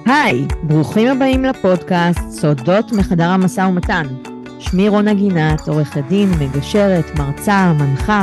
היי, ברוכים הבאים לפודקאסט סודות מחדר המשא ומתן. שמי רונה גינת, עורכת דין, מגשרת, מרצה, מנחה,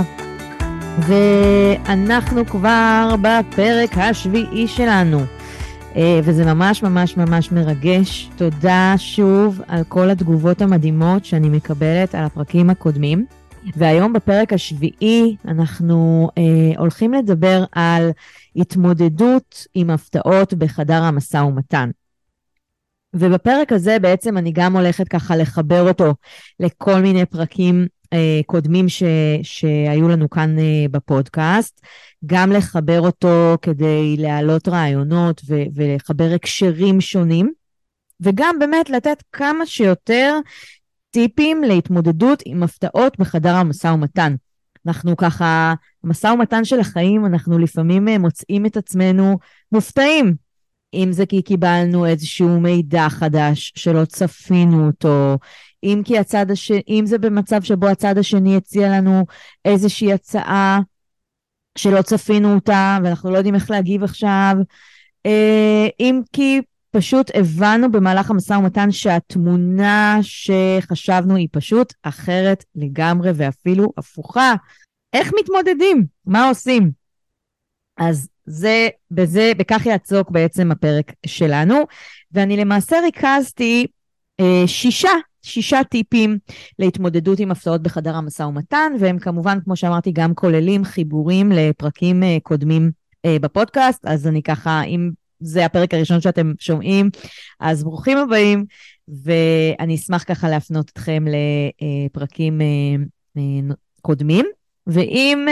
ואנחנו כבר בפרק השביעי שלנו, וזה ממש ממש ממש מרגש. תודה שוב על כל התגובות המדהימות שאני מקבלת על הפרקים הקודמים. והיום בפרק השביעי אנחנו הולכים לדבר על התמודדות עם הפתעות בחדר המשא ומתן. ובפרק הזה בעצם אני גם הולכת ככה לחבר אותו לכל מיני פרקים קודמים שהיו לנו כאן בפודקאסט, גם לחבר אותו כדי להעלות רעיונות ולחבר הקשרים שונים, וגם באמת לתת כמה שיותר טיפים להתמודדות עם הפתעות בחדר המשא ומתן. אנחנו ככה, המשא ומתן של החיים, אנחנו לפעמים מוצאים את עצמנו מופתעים. אם זה כי קיבלנו איזשהו מידע חדש שלא צפינו אותו, אם זה במצב שבו הצד השני הציע לנו איזושהי הצעה שלא צפינו אותה, ואנחנו לא יודעים איך להגיב עכשיו, אם כי פשוט הבנו במהלך המשא ומתן שהתמונה שחשבנו היא פשוט אחרת לגמרי ואפילו הפוכה. איך מתמודדים? מה עושים? אז בכך יעסוק בעצם הפרק שלנו, ואני למעשה ריכזתי שישה טיפים להתמודדות עם הפתעות בחדר המשא ומתן, והם כמובן, כמו שאמרתי, גם כוללים חיבורים לפרקים קודמים בפודקאסט. אז אני ככה, אם זה הפרק הראשון שאתם שומעים, אז ברוכים הבאים, ואני אשמח ככה להפנות אתכם לפרקים קודמים, ואם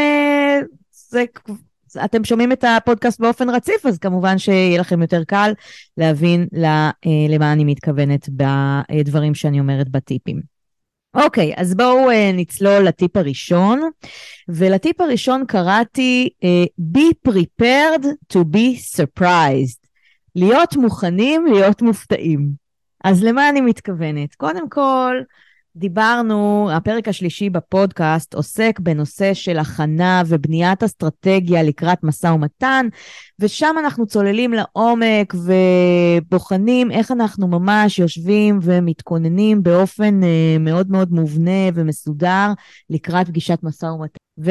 אתם שומעים את הפודקאסט באופן רציף, אז כמובן שיהיה לכם יותר קל להבין למה אני מתכוונת בדברים שאני אומרת בטיפים. אוקיי, אז בואו נצלול לטיפ הראשון, ולטיפ הראשון קראתי be prepared to be surprised, להיות מוכנים, להיות מופתעים. אז למה אני מתכוונת? קודם כל, דיברנו, הפרק השלישי בפודקאסט עוסק בנושא של הכנה ובניית אסטרטגיה לקראת משא ומתן, ושם אנחנו צוללים לעומק ובוחנים איך אנחנו ממש יושבים ומתכוננים באופן מאוד מאוד מובנה ומסודר לקראת פגישת משא ומתן.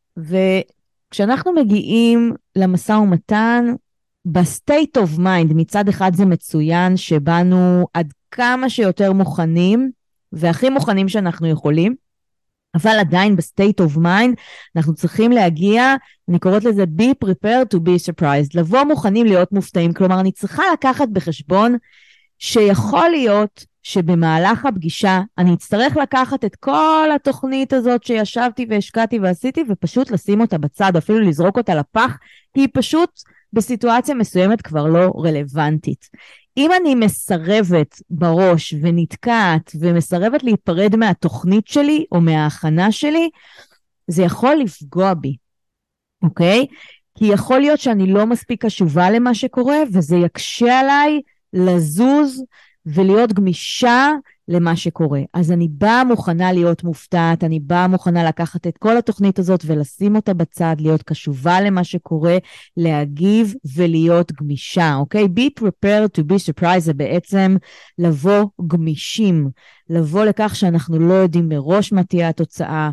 וכשאנחנו מגיעים למשא ומתן, בסטייט אוף מיינד, מצד אחד זה מצוין שבאנו עד כמה שיותר מוכנים, והכי מוכנים שאנחנו יכולים, אבל עדיין בסטייט אוף מיינד, אנחנו צריכים להגיע, אני קוראת לזה be prepared to be surprised, לבוא מוכנים להיות מופתעים. כלומר, אני צריכה לקחת בחשבון שיכול להיות שבמהלך הפגישה, אני אצטרך לקחת את כל התוכנית הזאת שישבתי והשקעתי ועשיתי, ופשוט לשים אותה בצד, אפילו לזרוק אותה לפח, כי היא פשוט בסיטואציה מסוימת כבר לא רלוונטית. אם אני מסרבת בראש ונתקעת ומסרבת להיפרד מהתוכנית שלי או מההכנה שלי, זה יכול לפגוע בי, אוקיי? כי יכול להיות שאני לא מספיק קשובה למה שקורה, וזה יקשה עליי לזוז ולהיות גמישה למה שקורה. אז אני באה מוכנה להיות מופתעת, אני באה מוכנה לקחת את כל התוכנית הזאת ולשים אותה בצד, להיות קשובה למה שקורה, להגיב ולהיות גמישה, אוקיי? Be prepared to be surprised זה בעצם לבוא גמישים, לבוא לכך שאנחנו לא יודעים מראש מה תהיה התוצאה,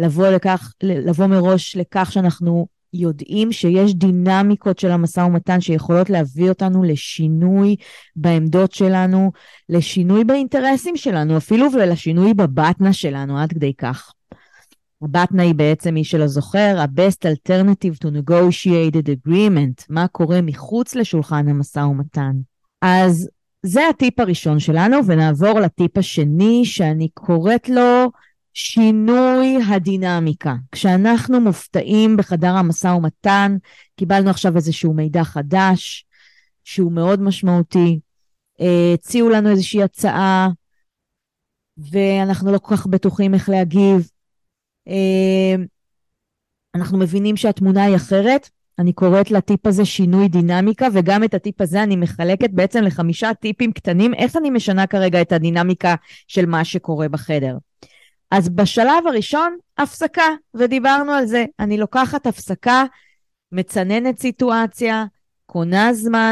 לבוא מראש לכך שאנחנו יודעים שיש דינמיקות של המשא ומתן שיכולות להביא אותנו לשינוי בעמדות שלנו, לשינוי באינטרסים שלנו, אפילו ולשינוי בבטנה שלנו, עד כדי כך. הבטנה היא בעצם, מי שלא זוכר, ה-best alternative to negotiated agreement, מה קורה מחוץ לשולחן המשא ומתן. אז זה הטיפ הראשון שלנו, ונעבור לטיפ השני שאני קוראת לו שינוי הדינמיקה. כשאנחנו מופתעים בחדר המשא ומתן, קיבלנו עכשיו איזשהו מידע חדש, שהוא מאוד משמעותי, הציעו לנו איזושהי הצעה, ואנחנו לא כל כך בטוחים איך להגיב, אנחנו מבינים שהתמונה היא אחרת, אני קוראת לטיפ הזה שינוי דינמיקה, וגם את הטיפ הזה אני מחלקת בעצם ל5 טיפים קטנים, איך אני משנה כרגע את הדינמיקה של מה שקורה בחדר. אז בשלב הראשון, הפסקה, ודיברנו על זה. אני לוקחת הפסקה, מצננת סיטואציה, קונה זמן,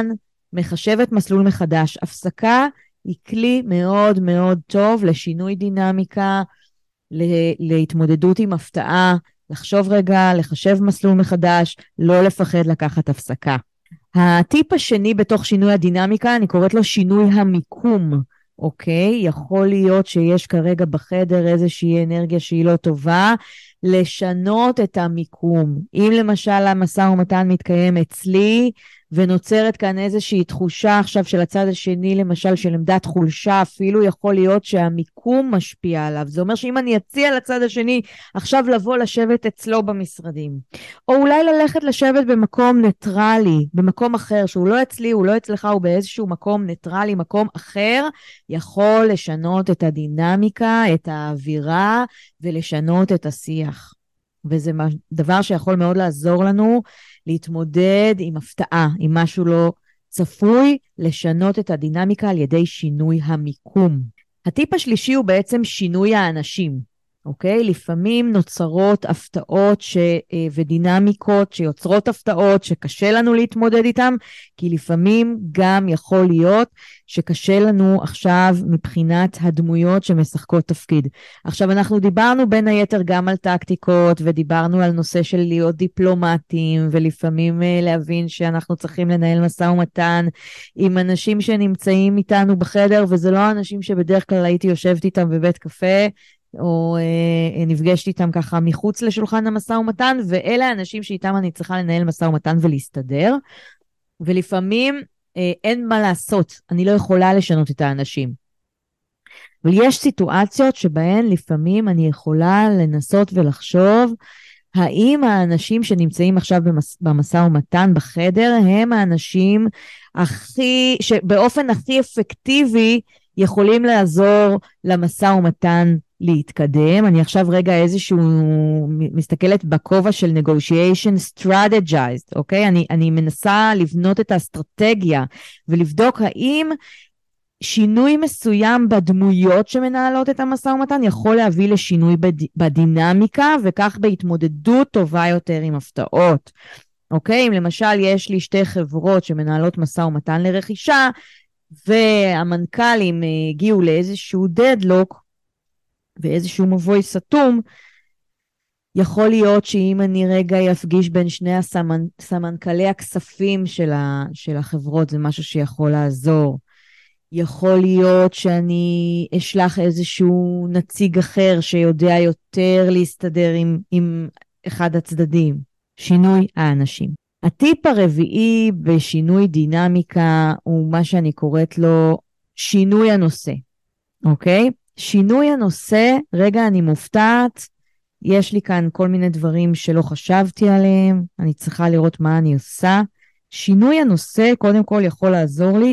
מחשבת מסלול מחדש. הפסקה היא כלי מאוד מאוד טוב לשינוי דינמיקה, להתמודדות עם הפתעה, לחשוב רגע, לחשב מסלול מחדש, לא לפחד לקחת הפסקה. הטיפ השני בתוך שינוי הדינמיקה, אני קוראת לו שינוי המיקום, אוקיי? יכול להיות שיש כרגע בחדר איזושהי אנרגיה שהיא לא טובה, לשנות את המיקום. אם למשל המשא ומתן מתקיים אצלי, ונוצרת כאן איזושהי תחושה עכשיו של הצד השני, למשל של עמדת חולשה, אפילו יכול להיות שהמיקום משפיע עליו. זה אומר שאם אני אציע לצד השני עכשיו לבוא לשבת אצלו במשרדים, או אולי ללכת לשבת במקום ניטרלי, במקום אחר, שהוא לא אצלי, הוא לא אצלך, הוא באיזשהו מקום ניטרלי, מקום אחר, יכול לשנות את הדינמיקה, את האווירה, ולשנות את השיח. וזה דבר שיכול מאוד לעזור לנו להתמודד עם הפתעה, עם משהו לא צפוי, לשנות את הדינמיקה על ידי שינוי המיקום. הטיפ השלישי הוא בעצם שינוי האנשים. אוקיי? לפעמים נוצרות הפתעות ודינמיקות שיוצרות הפתעות שקשה לנו להתמודד איתם, כי לפעמים גם יכול להיות שקשה לנו עכשיו מבחינת הדמויות שמשחקות תפקיד. עכשיו אנחנו דיברנו בין היתר גם על טקטיקות, ודיברנו על נושא של להיות דיפלומטים, ולפעמים להבין שאנחנו צריכים לנהל משא ומתן עם אנשים שנמצאים איתנו בחדר, וזה לא האנשים שבדרך כלל הייתי יושבת איתם בבית קפה, או נפגשת איתם ככה מחוץ לשולחן המשא ומתן, ואלה האנשים שאיתם אני צריכה לנהל משא ומתן ולהסתדר, ולפעמים אין מה לעשות, אני לא יכולה לשנות את האנשים. אבל יש סיטואציות שבהן לפעמים אני יכולה לנסות ולחשוב, האם האנשים שנמצאים עכשיו במשא ומתן בחדר, הם האנשים שבאופן הכי אפקטיבי יכולים לעזור למשא ומתן להתקדם. אני עכשיו רגע מסתכלת בכובע של negotiation strategized, אוקיי? אני מנסה לבנות את האסטרטגיה ולבדוק האם שינוי מסוים בדמויות שמנהלות את המשא ומתן יכול להביא לשינוי בדינמיקה, וכך בהתמודדות טובה יותר עם הפתעות. אוקיי? אם למשל יש לי שתי חברות שמנהלות משא ומתן לרכישה, והמנכ"לים הגיעו לאיזשהו דדלוק, ואיזשהו מבוי סתום, יכול להיות שאם אני רגע אפגיש בין שני סמנכ"לי הכספים של החברות, זה משהו שיכול לעזור. יכול להיות שאני אשלח איזשהו נציג אחר שיודע יותר להסתדר עם אחד הצדדים. שינוי האנשים. הטיפ הרביעי בשינוי דינמיקה הוא מה שאני קוראת לו שינוי הנושא. אוקיי? שינוי הנושא, רגע אני מופתעת, יש לי כאן כל מיני דברים שלא חשבתי עליהם, אני צריכה לראות מה אני עושה. שינוי הנושא קודם כל יכול לעזור לי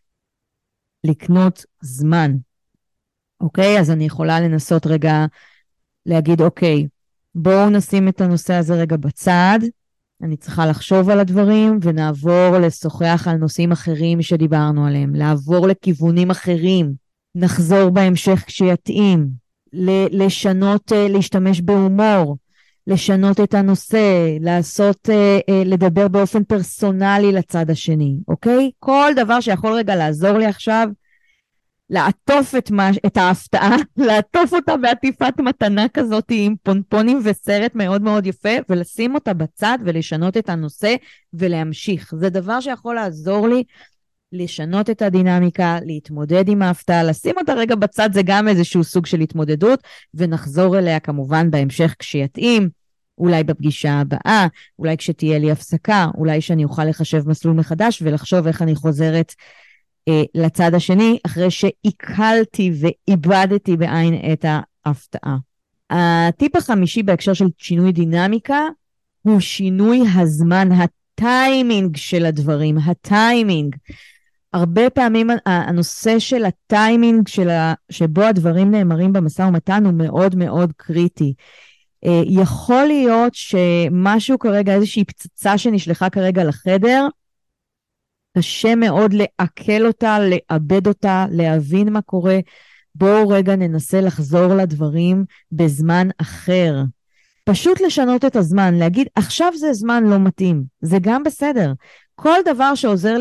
לקנות זמן. אוקיי? אז אני יכולה לנסות רגע להגיד, אוקיי, בואו נשים את הנושא הזה רגע בצד, אני צריכה לחשוב על הדברים ונעבור לשוחח על נושאים אחרים שדיברנו עליהם, לעבור לכיוונים אחרים, נחזור בהמשך כשיתאים, לשנות, להשתמש בהומור, לשנות את הנושא, לדבר באופן פרסונלי לצד השני, אוקיי? כל דבר שיכול רגע לעזור לי עכשיו, לעטוף את ההפתעה, לעטוף אותה בעטיפת מתנה כזאת עם פונפונים וסרט מאוד מאוד יפה, ולשים אותה בצד ולשנות את הנושא ולהמשיך. זה דבר שיכול לעזור לי לשנות את הדינמיקה, להתמודד עם ההפתעה, לשים אותה רגע בצד, זה גם איזשהו סוג של התמודדות, ונחזור אליה כמובן בהמשך כשיתאים, אולי בפגישה הבאה, אולי כשתהיה לי הפסקה, אולי שאני אוכל לחשב מסלול מחדש ולחשוב איך אני חוזרת לצד השני, אחרי שעיכלתי ואיבדתי בעין את ההפתעה. הטיפ החמישי בהקשר של שינוי דינמיקה, הוא שינוי הזמן, הטיימינג של הדברים, הטיימינג. הרבה פעמים הנושא של הטיימינג שבו הדברים נאמרים במשא ומתן הוא מאוד מאוד קריטי. יכול להיות שמשהו כרגע, איזושהי פצצה שנשלחה כרגע לחדר, קשה מאוד לעכל אותה, לאבד אותה, להבין מה קורה. בואו רגע ננסה לחזור לדברים בזמן אחר. פשוט לשנות את הזמן, להגיד עכשיו זה זמן לא מתאים, זה גם בסדר. כל דבר שעוזר לי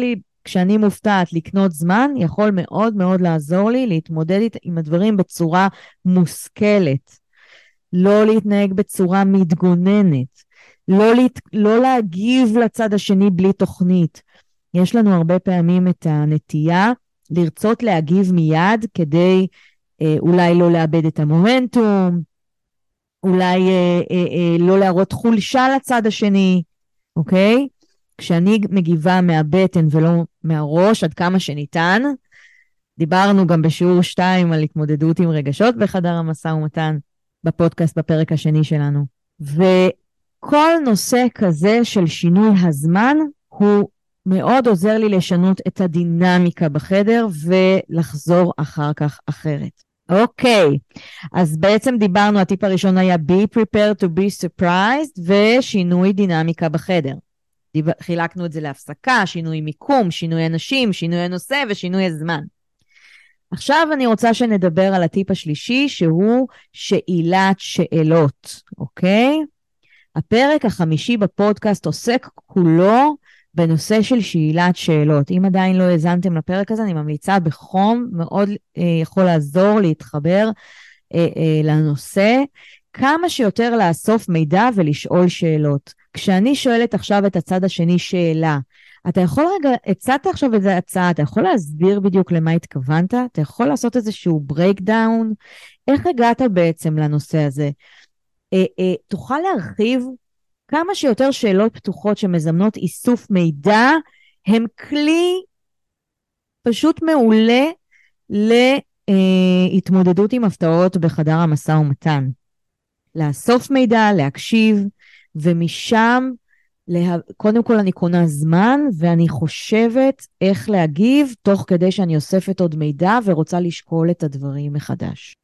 כשאני מופתעת לקנות זמן, יכול מאוד מאוד לעזור לי להתמודד עם הדברים בצורה מושכלת. לא להתנהג בצורה מתגוננת. לא להגיב לצד השני בלי תוכנית. יש לנו הרבה פעמים את הנטייה לרצות להגיב מיד כדי אולי לא לאבד את המומנטום, אולי לא להראות חולשה לצד השני, אוקיי? כשאני מגיבה מהבטן ולא מהראש עד כמה שניתן, דיברנו גם בשיעור 2 על התמודדות עם רגשות בחדר המשא ומתן, בפודקאסט בפרק השני שלנו. וכל נושא כזה של שינוי הזמן, הוא מאוד עוזר לי לשנות את הדינמיקה בחדר ולחזור אחר כך אחרת. אוקיי, אז בעצם דיברנו, הטיפ הראשון היה be prepared to be surprised ושינוי דינמיקה בחדר. חילקנו את זה להפסקה, שינוי מיקום, שינוי אנשים, שינוי הנושא ושינוי הזמן. עכשיו אני רוצה שנדבר על הטיפ השלישי, שהוא שאלת שאלות, אוקיי? הפרק החמישי בפודקאסט עוסק כולו בנושא של שאלת שאלות. אם עדיין לא האזנתם לפרק הזה, אני ממליצה בחום, מאוד יכול לעזור להתחבר לנושא, כמה שיותר לאסוף מידע ולשאול שאלות. כשאני שואלת עכשיו את הצד השני שאלה, אתה יכול רגע, הצעת עכשיו איזו הצעה, אתה יכול להסביר בדיוק למה התכוונת? אתה יכול לעשות איזשהו ברייקדאון? איך הגעת בעצם לנושא הזה? תוכל להרחיב? כמה שיותר שאלות פתוחות שמזמנות איסוף מידע, הם כלי פשוט מעולה להתמודדות עם הפתעות בחדר המשא ומתן. לאסוף מידע, להקשיב, ומשם קודם כל אני קונה זמן, ואני חושבת איך להגיב, תוך כדי שאני אוספת עוד מידע, ורוצה לשקול את הדברים מחדש.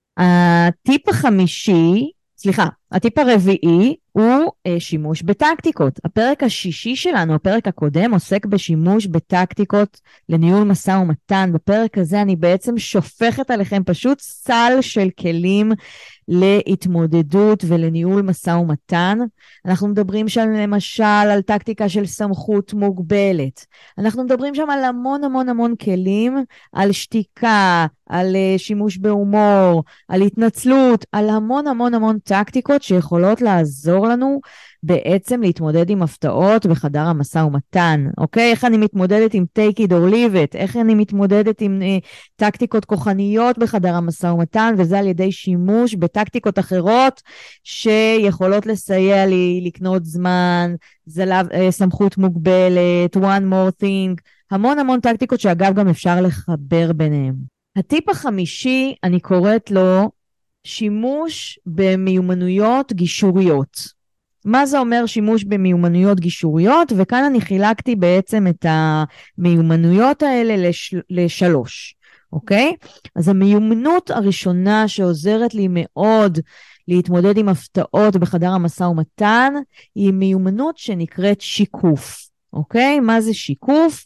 הטיפ הרביעי, הוא שימוש בטקטיקות. הפרק השישי שלנו, הפרק הקודם, עוסק בשימוש בטקטיקות לניהול משא ומתן. בפרק הזה אני בעצם שופכת עליכם פשוט סל של כלים להתמודדות ולניהול משא ומתן. אנחנו מדברים שם למשל על טקטיקה של סמכות מוגבלת. אנחנו מדברים שם על המון המון המון כלים, על שתיקה, על שימוש בהומור, על התנצלות, על המון המון המון טקטיקות שיכולות לעזור לנו בעצם להתמודד עם הפתעות בחדר המשא ומתן. אוקיי? איך אני מתמודדת עם take it or leave it? איך אני מתמודדת עם טקטיקות כוחניות בחדר המשא ומתן, וזה על ידי שימוש בטקטיקות אחרות שיכולות לסייע לי לקנות זמן, סמכות מוגבלת, one more thing, המון המון טקטיקות שאגב גם אפשר לחבר ביניהם. הטיפ החמישי, אני קוראת לו שימוש במיומנויות גישוריות. מה זה אומר שימוש במיומנויות גישוריות? וכאן אני חילקתי בעצם את המיומנויות האלה לשלוש, אוקיי? אז המיומנות הראשונה שעוזרת לי מאוד להתמודד עם הפתעות בחדר המשא ומתן, היא מיומנות שנקראת שיקוף, אוקיי? מה זה שיקוף?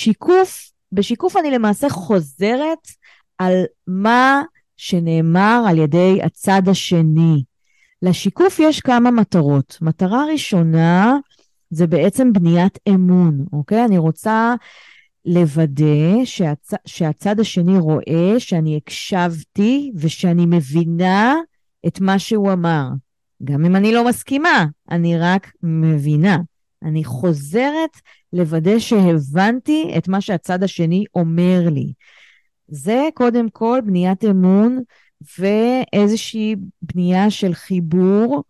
בשיקוף אני למעשה חוזרת על מה שנאמר על ידי הצד השני. לשיקוף יש כמה מטרות. מטרה ראשונה זה בעצם בניית אמון, אוקיי? אני רוצה לוודא שהצד השני רואה שאני הקשבתי ושאני מבינה את מה שהוא אמר. גם אם אני לא מסכימה, אני רק מבינה. אני חוזרת לוודא שהבנתי את מה שהצד השני אומר לי. זה קודם כל בניית אמון ואיזושהי בנייה של חיבור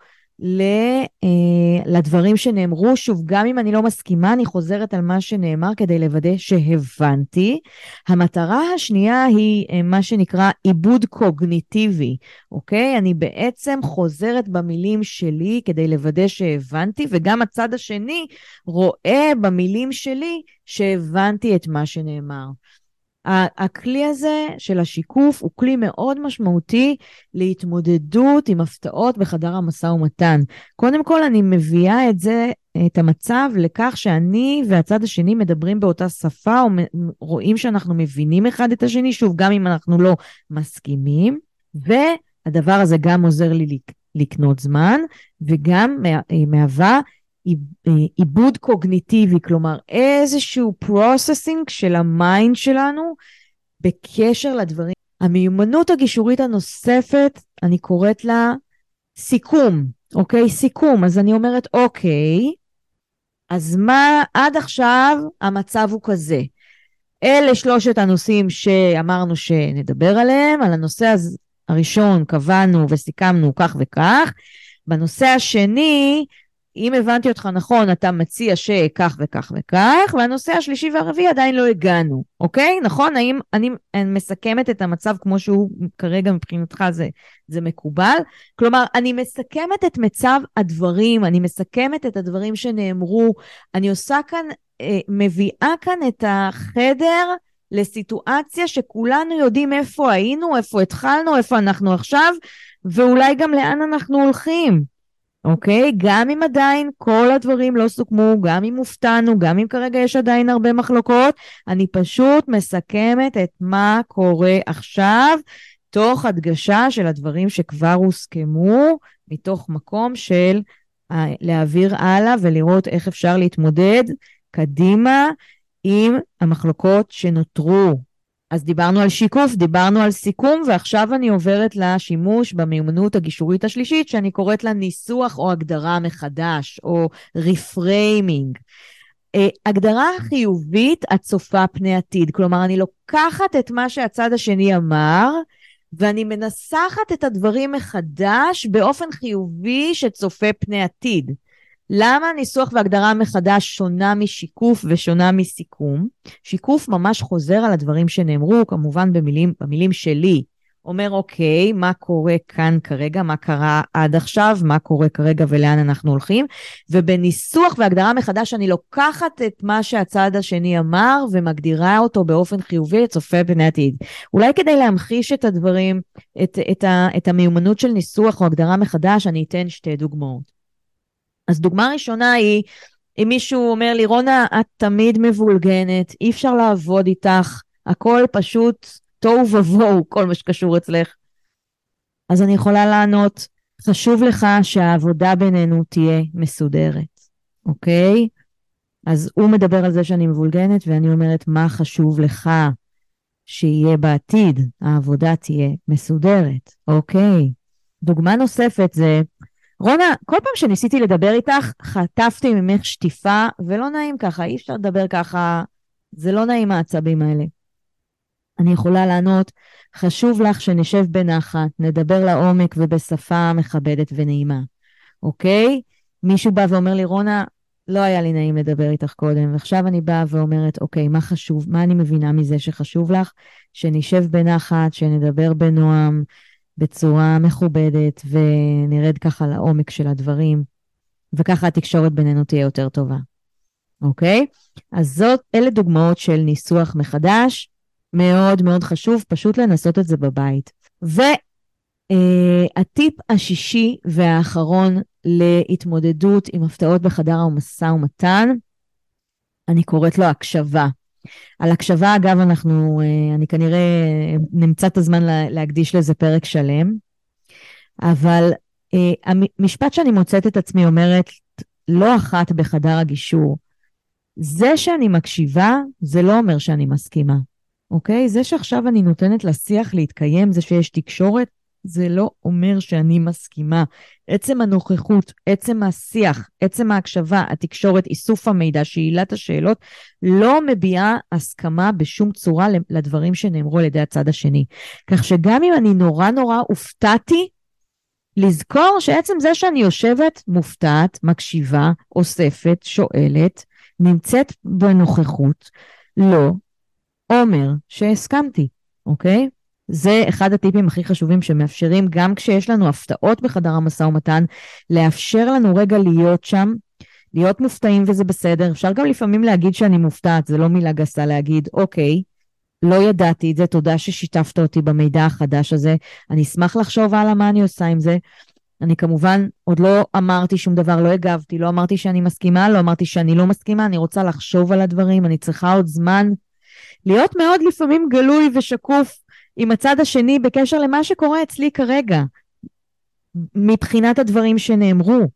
לדברים שנאמרו. שוב, גם אם אני לא מסכימה, אני חוזרת על מה שנאמר כדי לוודא שהבנתי. המטרה השנייה היא מה שנקרא עיבוד קוגניטיבי, אוקיי? אני בעצם חוזרת במילים שלי כדי לוודא שהבנתי, וגם הצד השני רואה במילים שלי שהבנתי את מה שנאמר. הכלי הזה של השיקוף הוא כלי מאוד משמעותי להתמודדות עם הפתעות בחדר המשא ומתן. קודם כל אני מביאה את המצב לכך שאני והצד השני מדברים באותה שפה, או רואים שאנחנו מבינים אחד את השני, שוב, גם אם אנחנו לא מסכימים, והדבר הזה גם עוזר לי לקנות זמן, וגם מהווה עיבוד קוגניטיבי, כלומר איזשהו פרוססינג של המיינד שלנו בקשר לדברים. המיומנות הגישורית הנוספת, אני קוראת לה סיכום, אוקיי? סיכום. אז אני אומרת, אוקיי, אז מה עד עכשיו המצב הוא כזה? אלה שלושת הנושאים שאמרנו שנדבר עליהם, על הנושא הראשון קבענו וסיכמנו כך וכך, בנושא השני, אם הבנתי אותך נכון, אתה מציע שכך וכך וכך, והנושא השלישי והרביעי עדיין לא הגענו, אוקיי? נכון? האם אני מסכמת את המצב כמו שהוא כרגע מבחינתך זה מקובל? כלומר, אני מסכמת את מצב הדברים, אני מסכמת את הדברים שנאמרו, אני עושה כאן, מביאה כאן את החדר לסיטואציה שכולנו יודעים איפה היינו, איפה התחלנו, איפה אנחנו עכשיו, ואולי גם לאן אנחנו הולכים. אוקיי? גם אם עדיין כל הדברים לא סוכמו, גם אם הופתענו, גם אם כרגע יש עדיין הרבה מחלוקות, אני פשוט מסכמת את מה קורה עכשיו, תוך הדגשה של הדברים שכבר הוסכמו, מתוך מקום של להעביר הלאה ולראות איך אפשר להתמודד קדימה עם המחלוקות שנותרו. אז דיברנו על שיקוף, דיברנו על סיכום, ועכשיו אני עוברת לשימוש במיומנות הגישורית השלישית, שאני קוראת לה ניסוח או הגדרה מחדש, או ריפריימינג. הגדרה חיובית הצופה פני עתיד, כלומר אני לוקחת את מה שהצד השני אמר, ואני מנסחת את הדברים מחדש באופן חיובי שצופה פני עתיד. למה ניסוח והגדרה מחדש שונה משיקוף ושונה מסיכום? שיקוף ממש חוזר על הדברים שנאמרו, כמובן במילים שלי. אומר, אוקיי, מה קורה כאן כרגע, מה קרה עד עכשיו, מה קורה כרגע ולאן אנחנו הולכים, ובניסוח והגדרה מחדש אני לוקחת את מה שהצד השני אמר, ומגדירה אותו באופן חיובי, צופה פני עתיד. אולי כדי להמחיש את הדברים, את המיומנות של ניסוח או הגדרה מחדש, אני אתן שתי דוגמאות. אז דוגמה ראשונה היא, אם מישהו אומר לי, רונה, את תמיד מבולגנת, אי אפשר לעבוד איתך, הכל פשוט תוהו ובוהו, כל מה שקשור אצלך. אז אני יכולה לענות, חשוב לך שהעבודה בינינו תהיה מסודרת, אוקיי? אז הוא מדבר על זה שאני מבולגנת, ואני אומרת, מה חשוב לך שיהיה בעתיד? העבודה תהיה מסודרת, אוקיי? דוגמה נוספת זה, רונה, כל פעם שניסיתי לדבר איתך, חטפתי ממך שטיפה, ולא נעים ככה, אי אפשר לדבר ככה, זה לא נעים העצבים האלה. אני יכולה לענות, חשוב לך שנשב בנחת, נדבר לעומק ובשפה מכבדת ונעימה, אוקיי? מישהו בא ואומר לי, רונה, לא היה לי נעים לדבר איתך קודם, ועכשיו אני באה ואומרת, אוקיי, מה חשוב, מה אני מבינה מזה שחשוב לך? שנשב בנחת, שנדבר בנועם, בצורה מכובדת, ונרד ככה לעומק של הדברים, וככה התקשורת בינינו תהיה יותר טובה. אוקיי? אז אלה דוגמאות של ניסוח מחדש, מאוד מאוד חשוב, פשוט לנסות את זה בבית. והטיפ השישי והאחרון להתמודדות עם הפתעות בחדר המשא ומתן, אני קוראת לו הקשבה. על הקשבה, אגב, אני כנראה נמצא את הזמן להקדיש לזה פרק שלם, אבל המשפט שאני מוצאת את עצמי אומרת, לא אחת בחדר הגישור, זה שאני מקשיבה, זה לא אומר שאני מסכימה, אוקיי? זה שעכשיו אני נותנת לשיח להתקיים, זה שיש תקשורת, זה לא אומר שאני מסכימה. עצם הנוכחות, עצם השיח, עצם ההקשבה, התקשורת, איסוף המידע, שאלת השאלות, לא מביעה הסכמה בשום צורה לדברים שנאמרו על ידי הצד השני. כך שגם אם אני נורא נורא הופתעתי, לזכור שעצם זה שאני יושבת, מופתעת, מקשיבה, אוספת, שואלת, נמצאת בנוכחות, לא אומר שהסכמתי, אוקיי? זה אחד הטיפים הכי חשובים שמאפשרים, גם כשיש לנו הפתעות בחדר המשא ומתן, לאפשר לנו רגע להיות שם, להיות מופתעים וזה בסדר. אפשר גם לפעמים להגיד שאני מופתעת, זה לא מילה גסה להגיד, אוקיי, לא ידעתי את זה, תודה ששיתפת אותי במידע החדש הזה, אני אשמח לחשוב הלאה מה אני עושה עם זה. אני כמובן עוד לא אמרתי שום דבר, לא הגבתי, לא אמרתי שאני מסכימה, לא אמרתי שאני לא מסכימה, אני רוצה לחשוב על הדברים, אני צריכה עוד זמן, להיות מאוד לפעמים גלוי ושקוף עם הצד השני בקשר למה שקורה אצלי כרגע, מבחינת הדברים שנאמרו,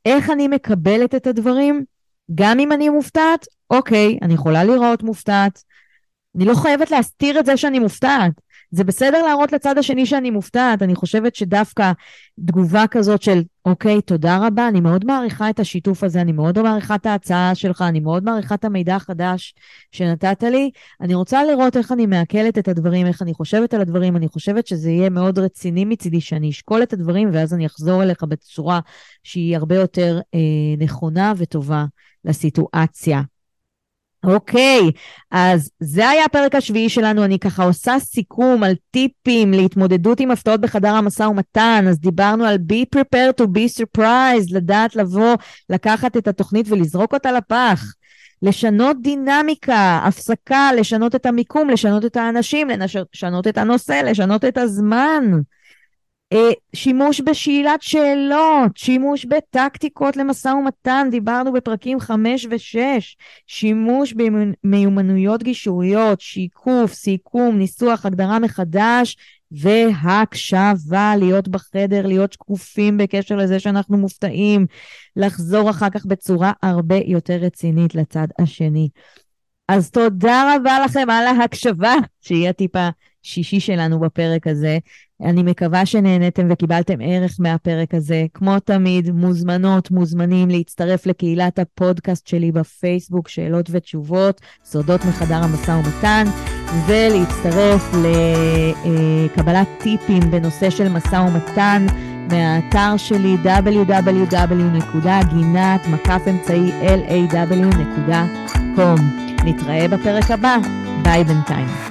איך אני מקבלת את הדברים, גם אם אני מופתעת, אוקיי, אני יכולה לראות מופתעת, אני לא חייבת להסתיר את זה שאני מופתעת. זה בסדר להראות לצד השני שאני מופתעת. אני חושבת שדווקא תגובה כזאת של, אוקיי, תודה רבה, אני מאוד מעריכה את השיתוף הזה, אני מאוד מעריכה את ההצעה שלך, אני מאוד מעריכה את המידע החדש שנתת לי. אני רוצה לראות איך אני מעכלת את הדברים, איך אני חושבת על הדברים. אני חושבת שזה יהיה מאוד רציני מצידי, שאני אשקול את הדברים, ואז אני אחזור אליך בצורה שהיא הרבה יותר נכונה וטובה לסיטואציה. אוקיי, אז זה היה הפרק השביעי שלנו. אני ככה עושה סיכום על טיפים להתמודדות עם הפתעות בחדר המשא ומתן. אז דיברנו על be prepared to be surprised, לדעת לבוא, לקחת את התוכנית ולזרוק אותה לפח, לשנות דינמיקה, הפסקה, לשנות את המיקום, לשנות את האנשים, לשנות את הנושא, לשנות את הזמן. שימוש בשאלת שאלות, שימוש בטקטיקות למשא ומתן, דיברנו בפרקים 5 ו-6, שימוש במיומנויות גישוריות, שיקוף, סיכום, ניסוח, הגדרה מחדש, והקשבה, להיות בחדר, להיות שקופים בקשר לזה שאנחנו מופתעים, לחזור אחר כך בצורה הרבה יותר רצינית לצד השני. אז תודה רבה לכם על ההקשבה, שהיא הטיפ השישי שלנו בפרק הזה. אני מקווה שנהנתם וקיבלתם ערך מהפרק הזה. כמו תמיד, מוזמנות, מוזמנים להצטרף לקהילת הפודקאסט שלי בפייסבוק, שאלות ותשובות, סודות מחדר המשא ומתן, ולהצטרף לקבלת טיפים בנושא של משא ומתן מהאתר שלי www.ginat-law.com. נתראה בפרק הבא. ביי בינתיים.